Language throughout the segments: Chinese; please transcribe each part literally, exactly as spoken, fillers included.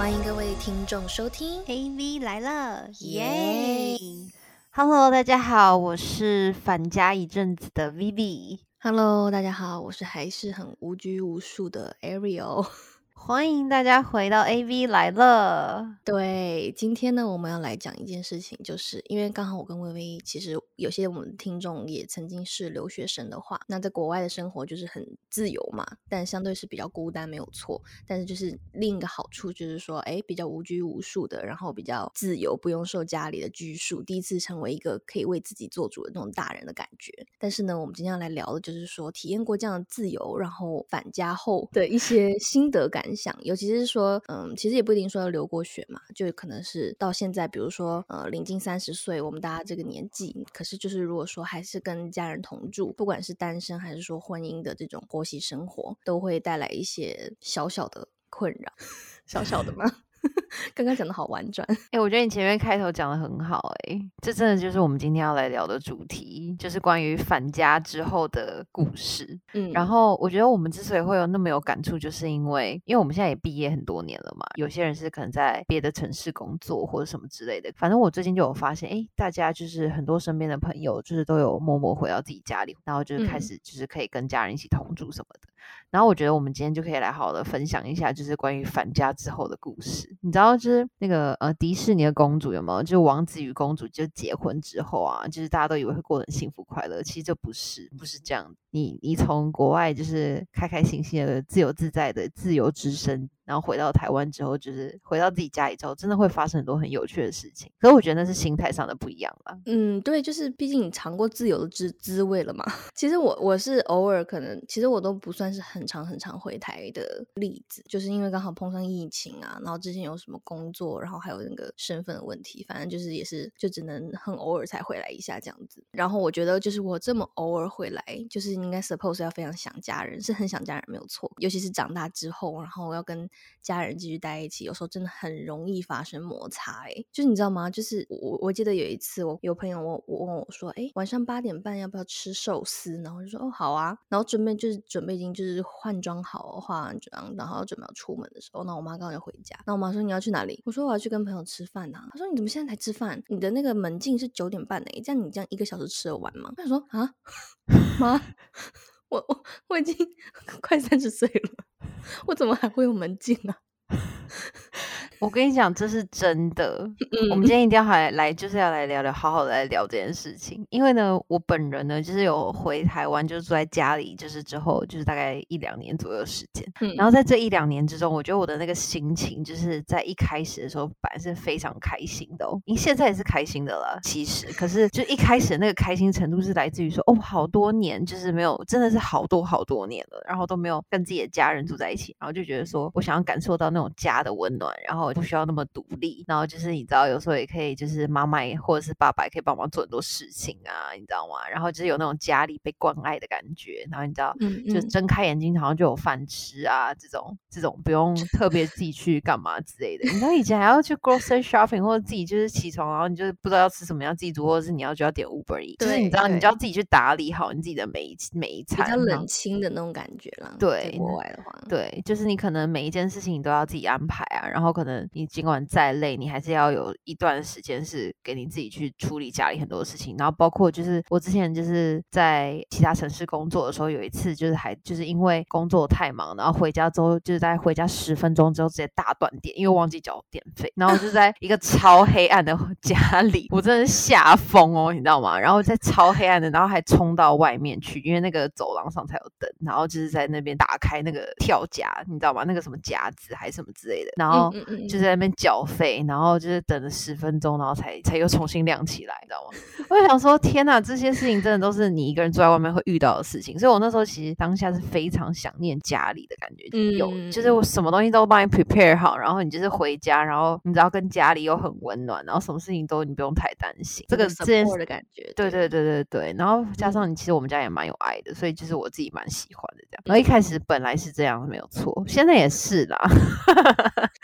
欢迎各位听众收听 A V 来了， 耶 ！Hello， 大家好，我是返家一阵子的 Vivi。 Hello， 大家好，我是还是很无拘无束的 Ariel。 欢迎大家回到 A V 来了。 对，今天呢，我们要来讲一件事情，就是因为刚好我跟薇薇，其实有些我们听众也曾经是留学生的话，那在国外的生活就是很自由嘛，但相对是比较孤单，没有错。但是就是另一个好处就是说，哎，比较无拘无束的，然后比较自由，不用受家里的拘束，第一次成为一个可以为自己做主的那种大人的感觉。但是呢，我们今天要来聊的就是说，体验过这样的自由，然后返家后的一些心得感想，尤其是说，嗯，其实也不一定说要留过学嘛，就可能是到现在，比如说，呃，临近三十岁，我们大家这个年纪，可是就是如果说还是跟家人同住，不管是单身还是说婚姻的这种婆媳生活，都会带来一些小小的困扰，小小的吗？刚刚讲的好婉转。 哎、欸，我觉得你前面开头讲的很好、欸，哎，这真的就是我们今天要来聊的主题，就是关于返家之后的故事。嗯，然后我觉得我们之所以会有那么有感触，就是因为因为我们现在也毕业很多年了嘛，有些人是可能在别的城市工作或者什么之类的。反正我最近就有发现，哎、欸，大家就是很多身边的朋友，就是都有默默回到自己家里，然后就是开始就是可以跟家人一起同住什么的。嗯，然后我觉得我们今天就可以来好好的分享一下，就是关于返家之后的故事。你知道，就是那个呃迪士尼的公主有没有？就是王子与公主就结婚之后啊，就是大家都以为会过得很幸福快乐，其实这不是，不是这样。你你从国外就是开开心心的、自由自在的自由之身，然后回到台湾之后，就是回到自己家里之后，真的会发生很多很有趣的事情。可是我觉得那是心态上的不一样啦。 嗯，对，就是毕竟你尝过自由的滋滋味了嘛。其实我我是偶尔可能，其实我都不算是很常很常回台的例子，就是因为刚好碰上疫情啊，然后之前有什么工作，然后还有那个身份的问题，反正就是也是就只能很偶尔才回来一下这样子。然后我觉得就是我这么偶尔回来，就是应该 suppose 要非常想家人，是很想家人没有错，尤其是长大之后，然后要跟家人继续待一起，有时候真的很容易发生摩擦。哎，就是你知道吗？就是我我记得有一次我有朋友我我问我说，哎，晚上八点半要不要吃寿司？然后就说哦好啊，然后准备就是准备已经就是换装好化完妆，然后准备要出门的时候，那我妈刚好要回家，那我妈说你要去哪里？我说我要去跟朋友吃饭啊。她说你怎么现在才吃饭？你的那个门禁是九点半诶，这样你这样一个小时吃得完吗？她说啊妈，我我我已经快三十岁了，我怎么还会有门禁啊？ 我跟你讲，这是真的。嗯、我们今天一定要来来，就是要来聊聊，好好的来聊这件事情。因为呢，我本人呢，就是有回台湾，就住在家里，就是之后就是大概一两年左右的时间。嗯、然后在这一两年之中，我觉得我的那个心情，就是在一开始的时候，本来是非常开心的哦。因为现在也是开心的了，其实，可是就一开始的那个开心程度是来自于说，哦，好多年就是没有，真的是好多好多年了，然后都没有跟自己的家人住在一起，然后就觉得说我想要感受到那种家的温暖，然后不需要那么独立，然后就是你知道有时候也可以就是妈妈或者是爸爸也可以帮忙做很多事情啊，你知道吗？然后就是有那种家里被关爱的感觉，然后你知道嗯嗯就睁开眼睛好像就有饭吃啊，这种这种不用特别自己去干嘛之类的。你知道以前还要去 grocery shopping 或者自己就是起床然后你就是不知道要吃什么要自己煮，或者是你要就要点 Uber Eats，就是你知道你就要自己去打理好你自己的每一每一餐， 比较冷清的那种感觉啦。 对， 在国外的话， 对，就是你可能每一件事情你都要自己安排啊，然后可能你尽管再累，你还是要有一段时间是给你自己去处理家里很多事情。然后包括就是我之前就是在其他城市工作的时候，有一次就是还就是因为工作太忙，然后回家之后就是在回家十分钟之后直接大断电，因为忘记缴电费，然后就在一个超黑暗的家里，我真的是吓疯哦，你知道吗？然后在超黑暗的，然后还冲到外面去，因为那个走廊上才有灯，然后就是在那边打开那个跳夹，你知道吗？那个什么夹子还是什么之类的，然后就在那边缴费，然后就是等了十分钟，然后才才又重新亮起来，你知道吗？我就想说，天哪，这些事情真的都是你一个人住在外面会遇到的事情，所以我那时候其实当下是非常想念家里的感觉，嗯、有就是我什么东西都帮你 prepare 好，然后你就是回家，然后你知道跟家里又很温暖，然后什么事情都你不用太担心，这个这件事的感觉， 对对对对对，然后加上你其实我们家也蛮有爱的，所以就是我自己蛮喜欢的这样。然后一开始本来是这样没有错，现在也是啦。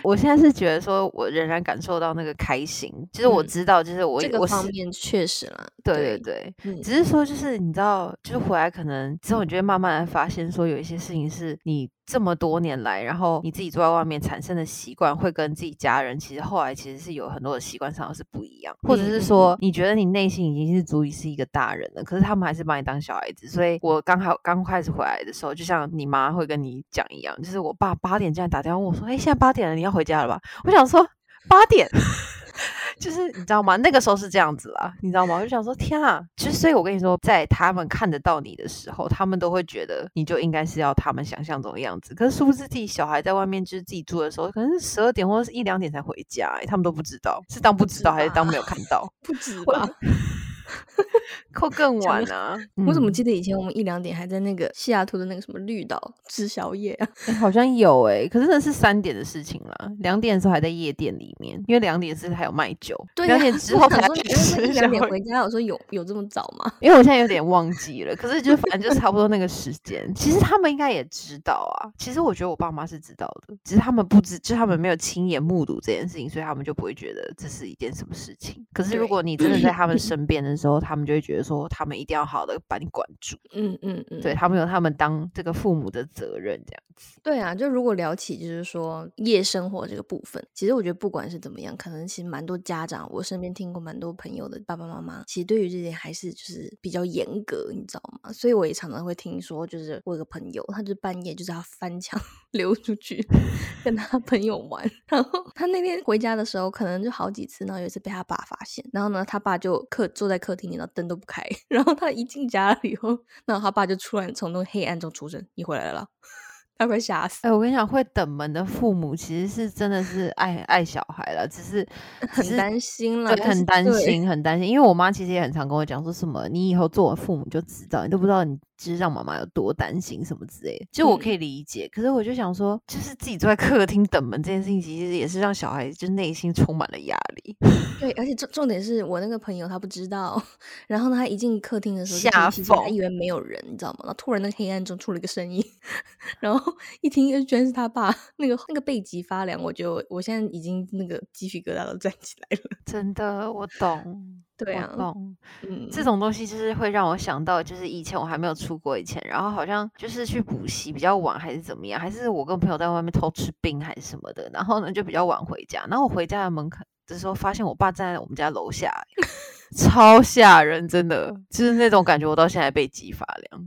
我现在是觉得说我仍然感受到那个开心，就是我知道就是我、 嗯、这个我方面确实啦， 对对对、嗯、只是说就是你知道就是回来可能之后你就会慢慢的发现说有一些事情是你这么多年来然后你自己住在外面产生的习惯会跟自己家人其实后来其实是有很多的习惯上是不一样，或者是说你觉得你内心已经是足以是一个大人了，可是他们还是把你当小孩子。所以我刚好刚开始回来的时候就像你妈会跟你讲一样，就是我爸八点这样打电话问我说哎、欸，现在八点了你要回家了吧，我想说八点就是你知道吗，那个时候是这样子啦，你知道吗，我就想说天啊，其实所以我跟你说在他们看得到你的时候他们都会觉得你就应该是要他们想象中的样子，可是殊不知自己小孩在外面就是自己住的时候可能是十二点或者是一两点才回家、欸、他们都不知道，是当不知道还是当没有看到， 不止吧扣更晚啊、 嗯、我怎么记得以前我们一两点还在那个西雅图的那个什么绿岛吃宵夜啊、 欸、好像有哎、欸，可是那是三点的事情啦，两点的时候还在夜店里面，因为两点是还有卖酒， 对、啊， 两点之后才去吃。一两点回家，我说有有这么早吗？ 因为我现在有点忘记了，可是就反正就差不多那个时间。其实他们应该也知道啊，其实我觉得我爸妈是知道的，只是他们不知，就是他们没有亲眼目睹这件事情，所以他们就不会觉得这是一件什么事情。可是如果你真的在他们身边的时候，他们就会觉得说，他们一定要好好的把你管住。 嗯嗯嗯， 对，他们有他们当这个父母的责任，这样子。 对啊，就如果聊起就是说夜生活这个部分，其实我觉得不管是怎么样，可能其实蛮多家长，我身边听过蛮多朋友的爸爸妈妈，其实对于这点还是就是比较严格，你知道吗？所以我也常常会听说，就是我有个朋友，他就半夜就是要翻墙溜出去跟他朋友玩，然后他那天回家的时候，可能就好几次，然后有一次被他爸发现，然后呢，他爸就客坐在客厅里，然后灯都不开，然后他一进家了以后，然后他爸就突然从那种黑暗中出声：“你回来了啦。”他快吓死！ 哎、欸，我跟你讲，会等门的父母其实是真的是爱爱小孩了，只是很担心啦， 对，很担心，很担心。因为我妈其实也很常跟我讲说什么，你以后做我父母就知道，你都不知道你就是让妈妈有多担心什么之类的。就我可以理解，嗯、可是我就想说，就是自己坐在客厅等门这件事情，其实也是让小孩就是内心充满了压力。 对，而且重重点是我那个朋友他不知道，然后呢，他一进客厅的时候吓疯， 他以为没有人，你知道吗？然后突然那个黑暗中出了一个声音，然后一听又居然是他爸，那个那个背脊发凉，我觉得我现在已经那个鸡皮疙瘩都站起来了。 真的，我懂。 对啊， 我懂， 嗯， 这种东西就是会让我想到，就是以前我还没有出国以前，然后好像就是去补习比较晚，还是怎么样，还是我跟朋友在外面偷吃冰还是什么的，然后呢就比较晚回家，然后我回家的门口的时候，发现我爸站在我们家楼下，超吓人，真的，就是那种感觉，我到现在背脊发凉。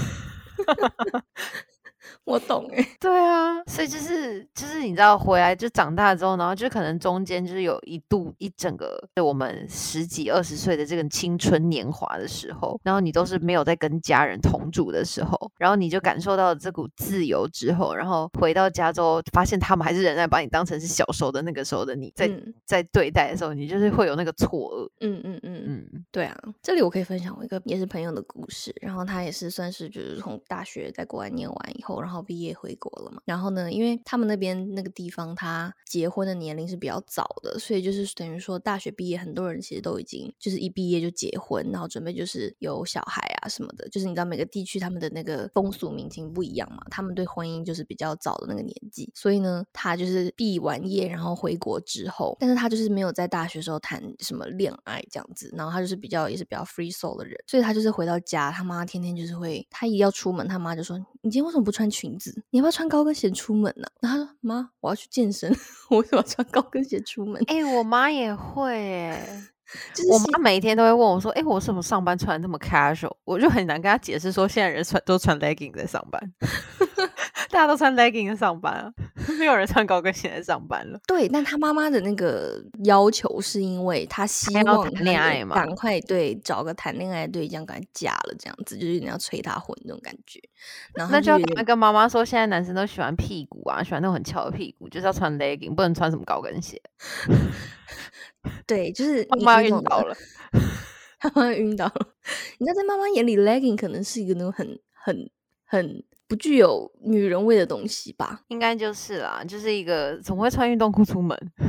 我懂哎， 对啊，所以就是就是你知道回来就长大之后，然后就可能中间就是有一度一整个我们十几二十岁的这个青春年华的时候，然后你都是没有在跟家人同住的时候，然后你就感受到这股自由之后，然后回到家之后发现他们还是仍然把你当成是小时候的那个时候的你在、嗯、在对待的时候，你就是会有那个错愕。 嗯嗯嗯嗯，对啊，这里我可以分享我一个也是朋友的故事，然后他也是算是就是从大学在国外念完以后，然后毕业回国了嘛，然后呢因为他们那边那个地方他结婚的年龄是比较早的，所以就是等于说大学毕业很多人其实都已经就是一毕业就结婚，然后准备就是有小孩啊什么的，就是你知道每个地区他们的那个风俗民情不一样嘛，他们对婚姻就是比较早的那个年纪，所以呢他就是毕完业然后回国之后，但是他就是没有在大学时候谈什么恋爱这样子，然后他就是比较也是比较 free soul 的人，所以他就是回到家他妈天天就是会他一要出门他妈就说你今天为什么不穿裙子，你要不要穿高跟鞋出门呢、啊？然后他说妈我要去健身我为什么要穿高跟鞋出门？ 哎、欸，我妈也会哎、欸就是我妈每一天都会问我说哎、欸，我什么上班穿得这么 casual， 我就很难跟她解释说现在人穿都穿 legging 在上班大家都穿 legging 在上班啊，没有人穿高跟鞋在上班了。 对，但他妈妈的那个要求是因为他希望谈恋爱嘛， 赶快对找个谈恋爱的对象赶快嫁了，这样子就是有点要催他婚那种感觉。然后那就要赶快跟妈妈说，现在男生都喜欢屁股啊，喜欢那种很翘的屁股，就是要穿 legging， 不能穿什么高跟鞋。 对，就是妈妈晕倒了， 他妈晕倒了。你知道在妈妈眼里 legging 可能是一个那种很很很不具有女人味的东西吧？ 应该就是啦，就是一个怎么会穿运动裤出门？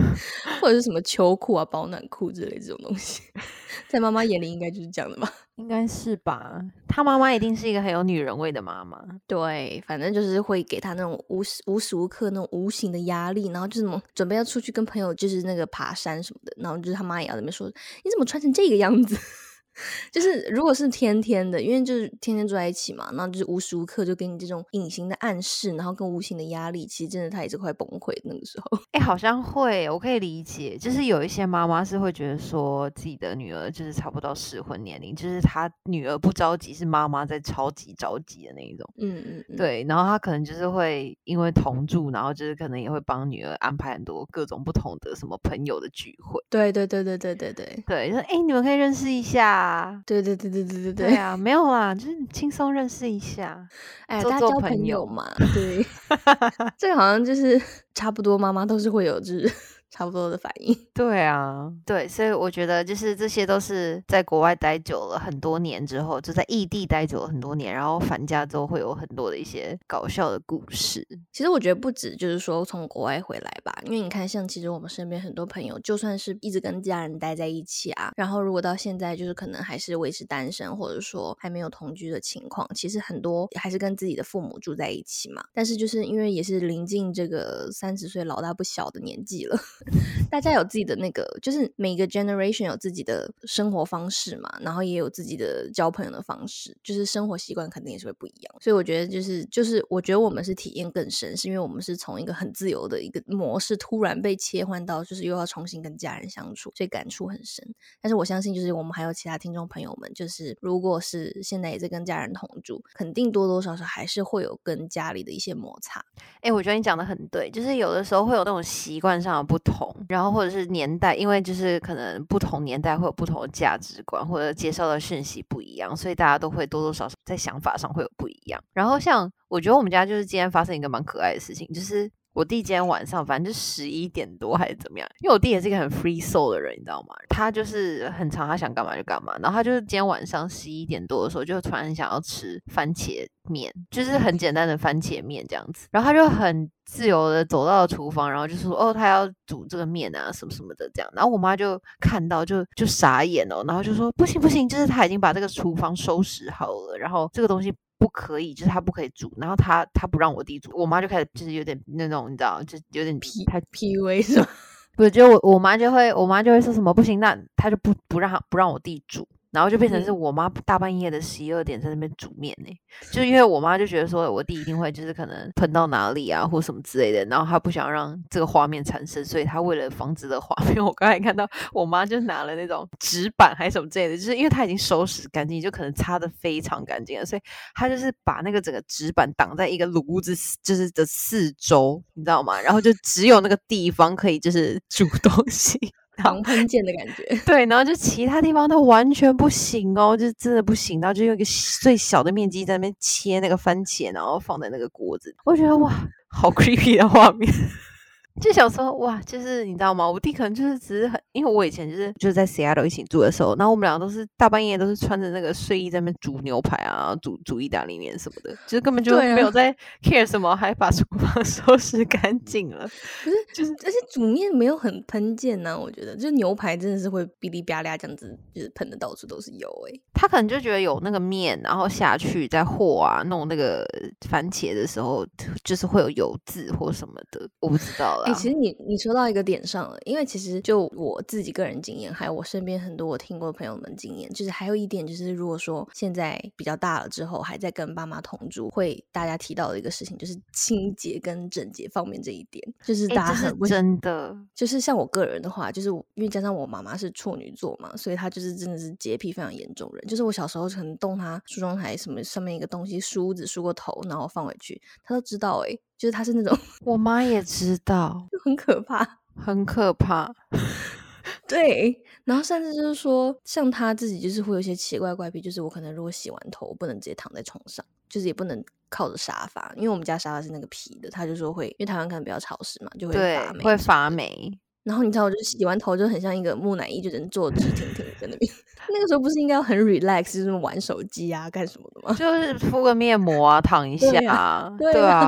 或者是什么秋裤啊、保暖裤之类这种东西，在妈妈眼里应该就是这样的吧？ 应该是吧。她妈妈一定是一个很有女人味的妈妈。 对，反正就是会给她那种无时无时无刻那种无形的压力，然后就是那种准备要出去跟朋友就是那个爬山什么的，然后就是他妈也要在那边说你怎么穿成这个样子。就是如果是天天的，因为就是天天住在一起嘛，然后就是无时无刻就给你这种隐形的暗示，然后跟无形的压力，其实真的他也是快崩溃的那个时候。 哎、欸，好像会，我可以理解，就是有一些妈妈是会觉得说自己的女儿就是差不多适婚年龄，就是她女儿不着急，是妈妈在超级着急的那一种。 嗯嗯嗯， 对，然后她可能就是会因为同住，然后就是可能也会帮女儿安排很多各种不同的什么朋友的聚会。 对对对对对对对对，就是哎、欸，你们可以认识一下。 对对对对对对对啊，没有啦，就是轻松认识一下， 哎， 做大家交做朋友朋友嘛，对。这个好像就是差不多，妈妈都是会有就是差不多的反应。 对啊，对，所以我觉得就是这些都是在国外待久了很多年之后，就在异地待久了很多年，然后返家之后会有很多的一些搞笑的故事。 其实我觉得不止就是说从国外回来吧，因为你看像其实我们身边很多朋友就算是一直跟家人待在一起啊，然后如果到现在就是可能还是维持单身，或者说还没有同居的情况，其实很多还是跟自己的父母住在一起嘛。但是就是因为也是临近这个三十岁老大不小的年纪了，大家有自己的那个，就是每个 generation 有自己的生活方式嘛，然后也有自己的交朋友的方式，就是生活习惯肯定也是会不一样。所以我觉得就是就是我觉得我们是体验更深，是因为我们是从一个很自由的一个模式突然被切换到就是又要重新跟家人相处，所以感触很深。但是我相信就是我们还有其他听众朋友们，就是如果是现在也在跟家人同住，肯定多多少少还是会有跟家里的一些摩擦。 哎、欸，我觉得你讲的很对，就是有的时候会有那种习惯上的不同，然后或者是年代，因为就是可能不同年代会有不同的价值观，或者接受的讯息不一样，所以大家都会多多少少在想法上会有不一样。然后像我觉得我们家就是今天发生一个蛮可爱的事情，就是我弟今天晚上反正就十一点多还是怎么样，因为我弟也是一个很 free soul 的人，你知道吗？他就是很常他想干嘛就干嘛，然后他就是今天晚上十一点多的时候就突然很想要吃番茄面，就是很简单的番茄面这样子，然后他就很自由的走到了厨房，然后就说哦他要煮这个面啊什么什么的这样，然后我妈就看到就就傻眼哦，然后就说不行不行，就是他已经把这个厨房收拾好了，然后这个东西不可以，就是他不可以煮，然后他他不让我弟煮，我妈就开始就是有点那种你知道，就有点 P 他 P U A 是吗？ 不是，就我我妈就会我妈就会说什么不行，那他就不不让他不让我弟煮。然后就变成是我妈大半夜的十一二点在那边煮面呢、欸，就因为我妈就觉得说我弟一定会就是可能喷到哪里啊或什么之类的，然后她不想让这个画面产生，所以她为了防止的画面，我刚才看到我妈就拿了那种纸板还是什么之类的，就是因为她已经收拾干净，就可能擦得非常干净了，所以她就是把那个整个纸板挡在一个炉子就是的四周，你知道吗？然后就只有那个地方可以就是煮东西。 防喷溅的感觉。 对，然后就其他地方都完全不行哦，就真的不行，然后就用一个最小的面积在那边切那个番茄，然后放在那个锅子，我觉得哇好 creepy 的画面。就想说哇，就是你知道吗？我弟可能就是只是很，因为我以前就是就是在 Seattle 一起住的时候，然后我们两个都是大半夜都是穿着那个睡衣在那边煮牛排啊，煮煮意大利面什么的，就是根本就没有在 care 什么，还把厨房收拾干净了。 可是就是而且煮面没有很喷溅呢、啊，我觉得就牛排真的是会哔哩吧啦这样子，就是喷的到处都是油哎、欸。 他可能就觉得有那个面，然后下去再和啊弄那个番茄的时候，就是会有油渍或什么的，我不知道啦。 哎、欸，其实你你说到一个点上了，因为其实就我自己个人经验，还有我身边很多我听过的朋友们经验，就是还有一点就是，如果说现在比较大了之后，还在跟爸妈同住，会大家提到的一个事情就是清洁跟整洁方面这一点，就是大家很、 欸、这是真的， 就是像我个人的话，就是因为加上我妈妈是处女座嘛，所以她就是真的是洁癖非常严重人，就是我小时候可能动她梳妆台什么上面一个东西梳子梳过头，然后放回去，她都知道哎、欸。就是他是那种， 我妈也知道， 就很可怕， 很可怕。 对，然后甚至就是说，像他自己就是会有一些奇怪怪癖，就是我可能如果洗完头，我不能直接躺在床上，就是也不能靠着沙发，因为我们家沙发是那个皮的，他就说会，因为台湾可能比较潮湿嘛，就会发霉， 会发霉。 然后你知道，我就是洗完头就很像一个木乃伊，就人坐直挺挺在那边。那个时候不是应该要很 relax， 就是玩手机啊，干什么的吗？ 就是敷个面膜啊，躺一下啊，对啊。对啊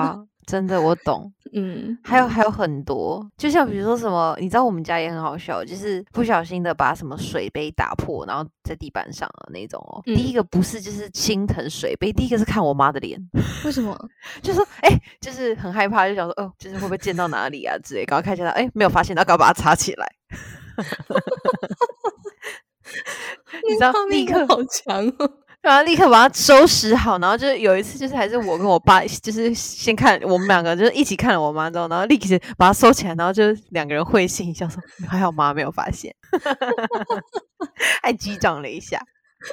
真的我懂。 嗯， 还有还有很多，就像比如说什么，你知道我们家也很好笑，就是不小心的把什么水杯打破，然后在地板上的那种哦。 嗯第一个不是就是心疼水杯，第一个是看我妈的脸， 为什么？ 就说哎、欸，就是很害怕，就想说哦，就是会不会溅到哪里啊之类，赶快看见他，哎、欸，没有发现，然后赶快把它擦起来。你知道，立刻好强哦。 然后立刻把它收拾好，然后就有一次就是还是我跟我爸就是先看我们两个就是一起看了我妈之后，然后立刻把它收起来，然后就两个人会心一笑说还好妈没有发现。还击掌了一下。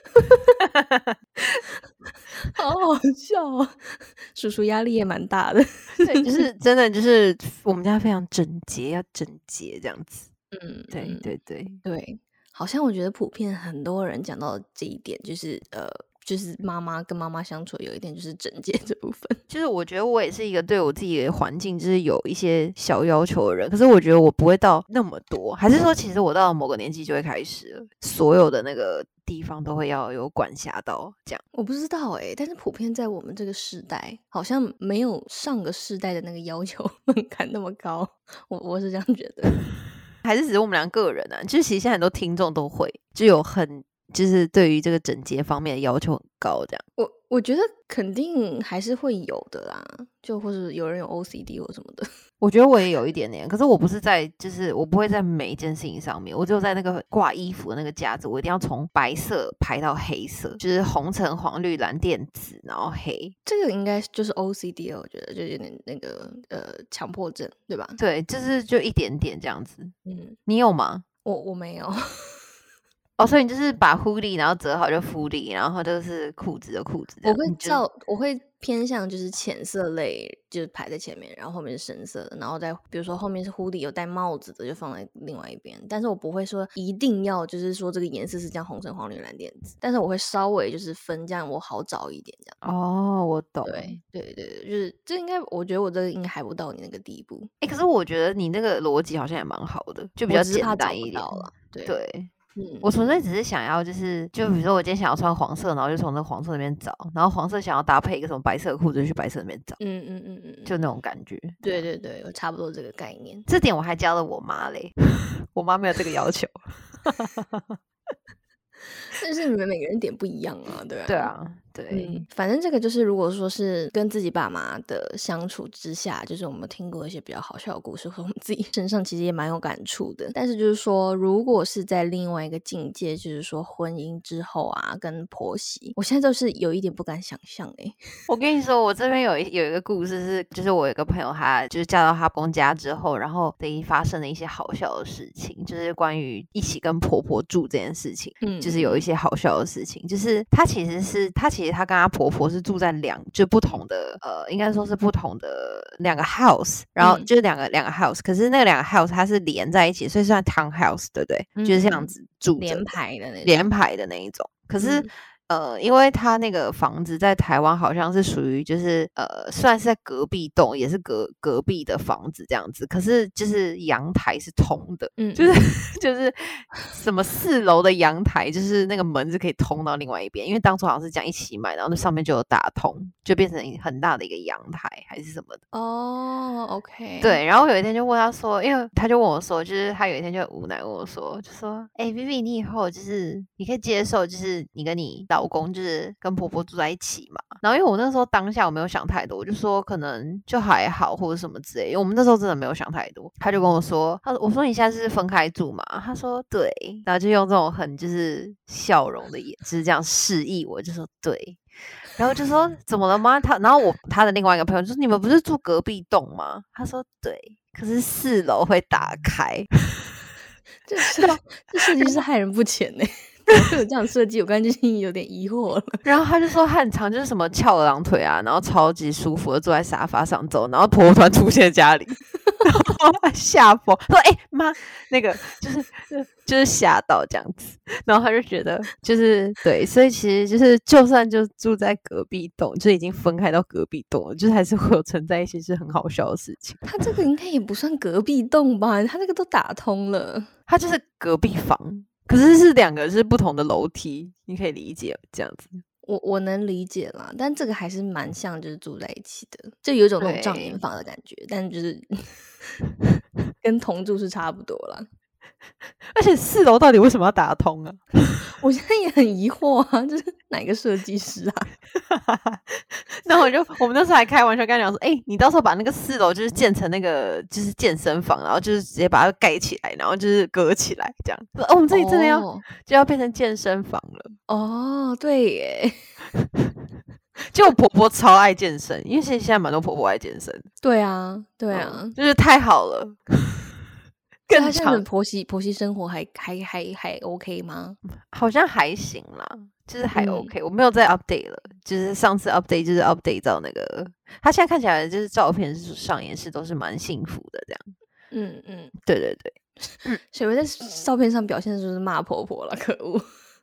好好笑哦，叔叔压力也蛮大的。 对，就是真的就是我们家非常整洁，要整洁这样子。 嗯， 对对对对，好像我觉得普遍很多人讲到这一点，就是呃，就是妈妈跟妈妈相处有一点就是整洁这部分。 就是我觉得我也是一个对我自己的环境就是有一些小要求的人，可是我觉得我不会到那么多，还是说其实我到了某个年纪就会开始了，所有的那个地方都会要有管辖到这样。 我不知道欸，但是普遍在我们这个世代好像没有上个世代的那个要求门槛那么高，我我是这样觉得。 还是只是我们两个人啊，就是其实现在很多听众都会就有很就是对于这个整洁方面的要求很高这样。 我我觉得肯定还是会有的啦，就或是有人有 O C D 或什么的。 我觉得我也有一点点，可是我不是在就是我不会在每一件事情上面，我只有在那个挂衣服的那个架子，我一定要从白色排到黑色，就是红橙黄绿蓝靛紫然后黑。 这个应该就是 O C D 了，我觉得就有点那个呃强迫症，对吧？ 对，就是就一点点这样子。 嗯， 你有吗？ 我我没有。 哦，所以你就是把 hoodie 然后折好就 hoodie， 然后就是裤子的裤子这样。 我会照我会偏向就是浅色类，就是排在前面，然后后面是深色的，然后再比如说后面是 hoodie 有戴帽子的就放在另外一边，但是我不会说一定要就是说这个颜色是这样红橙黄绿蓝靛紫，但是我会稍微就是分，这样我好找一点这样。 哦，我懂。 对对对对，就是这应该我觉得我这个应该还不到你那个地步。 哎、欸，可是我觉得你那个逻辑好像也蛮好的，就比较简单一点了。对对。 嗯， 我纯粹只是想要就是就比如说我今天想要穿黄色，然后就从那个黄色那边找，然后黄色想要搭配一个什么白色的裤子就去白色那边找。 嗯嗯嗯嗯， 就那种感觉。 对对对，有差不多这个概念。 这点我还教了我妈嘞。我妈没有这个要求。 但是你们每个人点不一样啊，对吧？ 对啊，对、 嗯，反正这个就是如果说是跟自己爸妈的相处之下，就是我们听过一些比较好笑的故事，和我们自己身上其实也蛮有感触的。但是就是说如果是在另外一个境界，就是说婚姻之后啊跟婆媳，我现在就是有一点不敢想象欸。 我跟你说我这边有一有一个故事是就是我有一个朋友他就是嫁到他公家之后，然后等于发生了一些好笑的事情，就是关于一起跟婆婆住这件事情。嗯，就是有一些好笑的事情，就是她其实是她其实她跟她婆婆是住在两就不同的呃，应该说是不同的两个 house， 然后就是两个两、嗯、个 house， 可是那个两个 house 它是连在一起，所以算 town house， 对不对？嗯、就是这样子住连排的那种连排的那一种，可是。嗯呃，因为他那个房子在台湾好像是属于就是呃，算是在隔壁栋，也是隔隔壁的房子这样子，可是就是阳台是通的，嗯，就是就是什么四楼的阳台，就是那个门是可以通到另外一边，因为当初好像是这样一起买，然后那上面就有打通，就变成很大的一个阳台还是什么的。 哦 ，OK， 对，然后有一天就问他说，因为他就问我说，就是他有一天就无奈问我说，就说，哎、欸、，Vivi， 你以后就是你可以接受，就是你跟你老公就是跟婆婆住在一起嘛？然后因为我那时候当下我没有想太多，我就说可能就还好或者什么之类的，因为我们那时候真的没有想太多。他就跟我说，他我说你现在是分开住嘛？他说对，然后就用这种很就是笑容的眼，就是这样示意我，就说对。然后就说怎么了吗？他然后我他的另外一个朋友就说你们不是住隔壁栋吗？他说对，可是四楼会打开。 这是这设计是害人不浅呢、欸。会有这样设计，我刚才就心里有点疑惑了。 然后他就说他很常就是什么翘二郎腿啊，然后超级舒服的坐在沙发上走，然后婆婆突然出现在家里，然后吓疯，说哎妈，那个就是就是吓到这样子，然后他就觉得就是对，所以其实就是就算就住在隔壁栋，就已经分开到隔壁栋了，就是还是会有存在一些是很好笑的事情。 他这个应该也不算隔壁栋吧？他那个都打通了， 他就是隔壁房。可是是两个是不同的楼梯，你可以理解这样子。 我我能理解啦，但这个还是蛮像就是住在一起的，就有一种那种障眼法的感觉，但就是跟同住是差不多啦。 而且四楼到底为什么要打通啊？ 我现在也很疑惑啊，就是哪个设计师啊？ 然后我就我们那时候还开玩笑跟他讲说，哎、欸，你到时候把那个四楼就是建成那个就是健身房，然后就是直接把它盖起来，然后就是隔起来这样。哦，我们这里真的要、oh. 就要变成健身房了。 哦、oh, ，对耶。 就我婆婆超爱健身，因为现在蛮多婆婆爱健身。 对啊，对啊， 嗯、就是太好了。 更他现在的婆媳婆媳生活还还还还 OK 吗？ 好像还行啦，就是还 OK、嗯。我没有再 update 了，就是上次 update 就是 update 到那个，他现在看起来就是照片上也是都是蛮幸福的这样。 嗯嗯， 对对对。 嗯，谁会在照片上表现的就是骂婆婆了？可恶！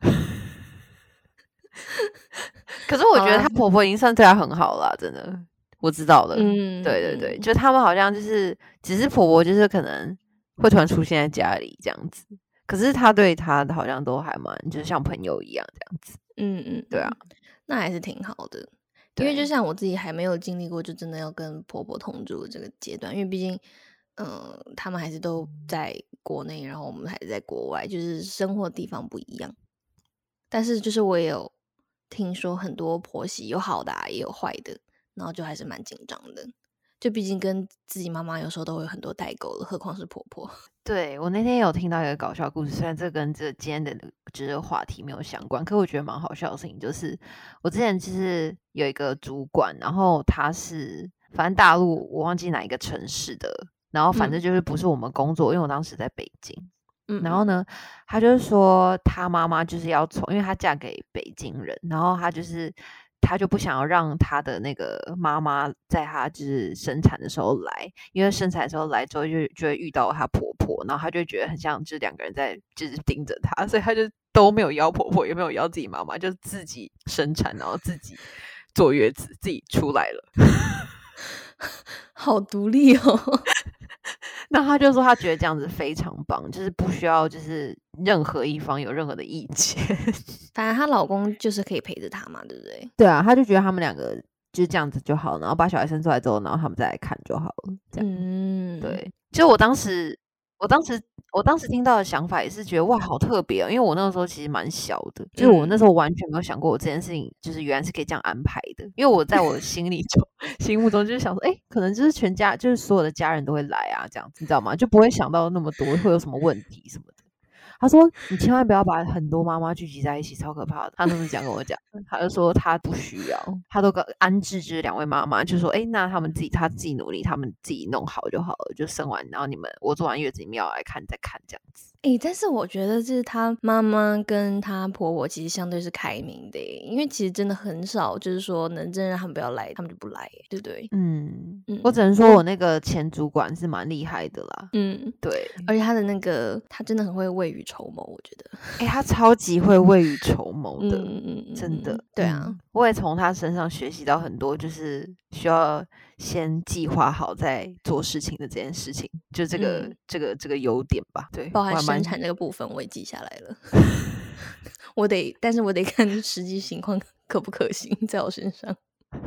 可是我觉得她婆婆已经算对她很好了，真的，我知道了。嗯，对对对，就他们好像就是只是婆婆就是可能会突然出现在家里这样子，可是她对她好像都还蛮就是像朋友一样这样子。 嗯嗯， 对啊， 那还是挺好的。因为就像我自己还没有经历过就真的要跟婆婆同住的这个阶段，因为毕竟嗯、呃，他们还是都在国内，然后我们还是在国外，就是生活地方不一样。但是就是我也有听说很多婆媳有好的、啊、也有坏的，然后就还是蛮紧张的，就毕竟跟自己妈妈有时候都会有很多代沟了，何况是婆婆。 对，我那天有听到一个搞笑故事，虽然这跟这今天的这个话题没有相关，可我觉得蛮好笑的事情就是我之前其实有一个主管，然后他是反正大陆我忘记哪一个城市的，然后反正就是不是我们工作、嗯、因为我当时在北京。嗯，然后呢，他就是说他妈妈就是要从，因为他嫁给北京人，然后他就是他就不想要让他的那个妈妈在他就是生产的时候来，因为生产的时候来之后就就会遇到他婆婆，然后他就觉得很像就是两个人在就是盯着他，所以他就都没有邀婆婆，也没有邀自己妈妈，就自己生产，然后自己坐月子，自己出来了， 好独立哦。 那他就说他觉得这样子非常棒，就是不需要就是任何一方有任何的意见。 反正她老公就是可以陪着她嘛，对不对？ 对啊，他就觉得他们两个就是这样子就好，然后把小孩生出来之后，然后他们再来看就好了。这样，嗯，对。就我当时，我当时，我当时听到的想法也是觉得哇，好特别哦，因为我那个时候其实蛮小的，就是我那时候完全没有想过我这件事情就是原来是可以这样安排的，因为我在我心里中心目中就是想说，哎、欸，可能就是全家就是所有的家人都会来啊，这样子你知道吗？就不会想到那么多会有什么问题什么的。他说你千万不要把很多妈妈聚集在一起，超可怕的。他都是这样跟我讲，他就说他不需要，他都安置就是两位妈妈，就说哎、欸，那他们自己他自己努力，他们自己弄好就好了，就生完然后你们我做完月子你们要来看再看这样子。 哎、欸，但是我觉得就是她妈妈跟她婆婆其实相对是开明的耶，因为其实真的很少就是说能真的让他们不要来他们就不来耶，对不对？ 嗯嗯，我只能说我那个前主管是蛮厉害的啦。嗯，对， 而且他的那个他真的很会未雨绸缪，我觉得哎、欸，他超级会未雨绸缪的。嗯嗯嗯，真的。 对啊、 嗯，我也从他身上学习到很多就是需要先计划好再做事情的这件事情，就这个、嗯、这个这个优点吧。对， 包含生产这个部分我也记下来了。我得但是我得看实际情况可不可行在我身上。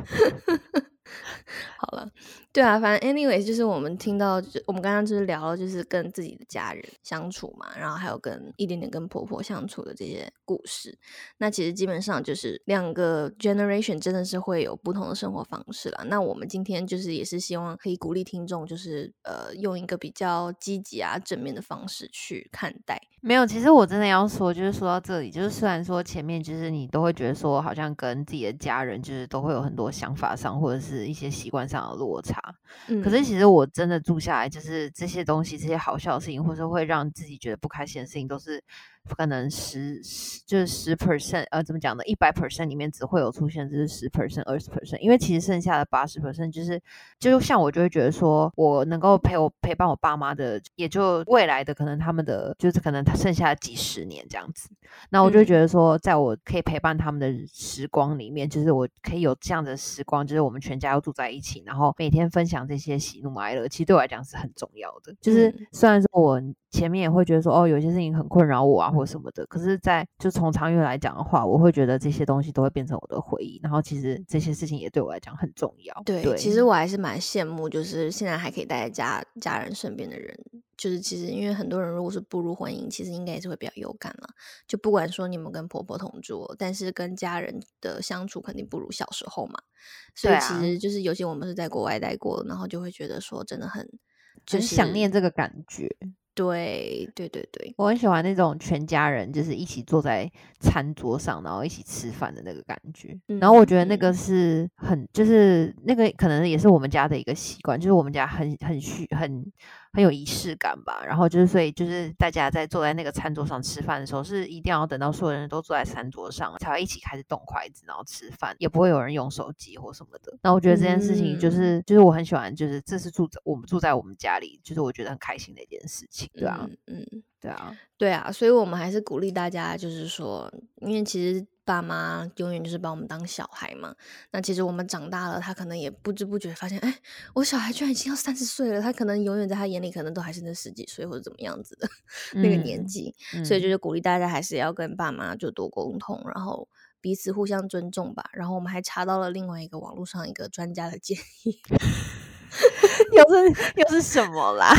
好了，对啊，反正 anyways 就是我们听到我们刚刚就是聊了就是跟自己的家人相处嘛，然后还有跟一点点跟婆婆相处的这些故事。那其实基本上就是两个 generation 真的是会有不同的生活方式啦。那我们今天就是也是希望可以鼓励听众就是呃用一个比较积极啊正面的方式去看待。 没有，其实我真的要说就是说到这里，就是虽然说前面就是你都会觉得说好像跟自己的家人就是都会有很多想法上或者是一些习惯上的落差、嗯、可是其实我真的住下来就是这些东西这些好笑的事情或是会让自己觉得不开心的事情都是可能十就是十 percent 呃怎么讲呢一百 percent 里面只会有出现就是十 percent 二十 percent， 因为其实剩下的八十 percent 就是就像我就会觉得说我能够陪我陪伴我爸妈的也就未来的可能他们的就是可能剩下的几十年这样子，那我就会觉得说在我可以陪伴他们的时光里面、嗯、就是我可以有这样的时光，就是我们全家要住在一起，然后每天分享这些喜怒哀乐，其实对我来讲是很重要的。就是虽然说我前面也会觉得说哦有些事情很困扰我啊， 或什么的，可是在就从长远来讲的话，我会觉得这些东西都会变成我的回忆，然后其实这些事情也对我来讲很重要。 对， 对， 其实我还是蛮羡慕就是现在还可以待在家家人身边的人，就是其实因为很多人如果是步入婚姻，其实应该也是会比较有感啦，就不管说你们跟婆婆同住，但是跟家人的相处肯定不如小时候嘛，所以对啊， 其实就是尤其我们是在国外待过，然后就会觉得说真的很就很想念是这个感觉。 对对对对， 我很喜欢那种全家人就是一起坐在餐桌上，然后一起吃饭的那个感觉。 嗯然后我觉得那个嗯是很，就是那个可能也是我们家的一个习惯，就是我们家很很需很很有仪式感吧。然后就是所以就是大家在坐在那个餐桌上吃饭的时候，是一定要等到所有人都坐在餐桌上才会一起开始动筷子，然后吃饭，也不会有人用手机或什么的。那我觉得这件事情就嗯是、就是我很喜欢，就是这是住在我们住在我们家里，就是我觉得很开心的一件事情。对啊， 嗯嗯。 对啊， 对啊，所以我们还是鼓励大家，就是说，因为其实爸妈永远就是把我们当小孩嘛。那其实我们长大了，他可能也不知不觉发现，哎，我小孩居然已经要三十岁了，他可能永远在他眼里可能都还是那十几岁或者怎么样子的那个年嗯纪。 嗯， 所以就是鼓励大家还是要跟爸妈就多沟通，然后彼此互相尊重吧。然后我们还查到了另外一个网络上一个专家的建议， 又是又是什么啦？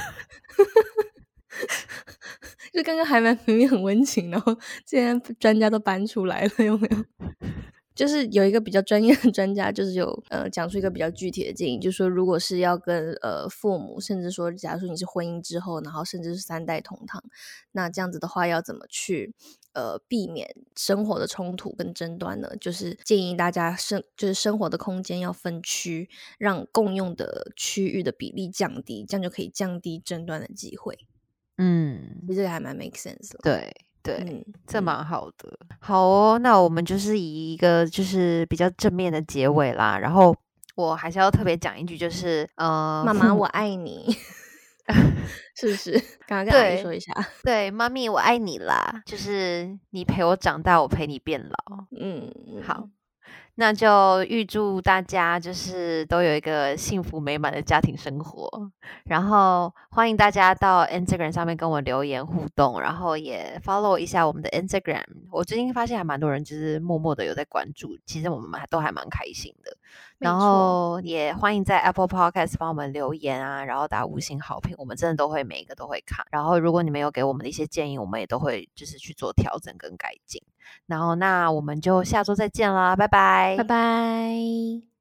就刚刚还蛮明明很温情，然后现在专家都搬出来了，有没有？就是有一个比较专业的专家，就是有呃讲出一个比较具体的建议，就是说如果是要跟呃父母，甚至说假如说你是婚姻之后，然后甚至是三代同堂，那这样子的话要怎么去呃避免生活的冲突跟争端呢？就是建议大家生就是生活的空间要分区，让共用的区域的比例降低，这样就可以降低争端的机会。 嗯， 其实这个还蛮 make sense 的。 对对， 嗯这嗯蛮好的。好哦，那我们就是以一个就是比较正面的结尾啦。然后我还是要特别讲一句，就是呃， 妈妈， 父母我爱你，是不是？刚刚跟阿姨对说一下。 对，妈咪我爱你啦，就是你陪我长大，我陪你变老。 嗯， 好，那就预祝大家就是都有一个幸福美满的家庭生活，然后欢迎大家到 Instagram 上面跟我留言互动，然后也 follow 一下我们的 Instagram。我最近发现还蛮多人就是默默的有在关注，其实我们都还蛮开心的。然没错， 后也欢迎在 Apple Podcast 帮我们留言啊，然后打五星好评，我们真的都会每一个都会看。然后如果你们有给我们的一些建议，我们也都会就是去做调整跟改进。然后那我们就下周再见啦，拜拜， 拜拜。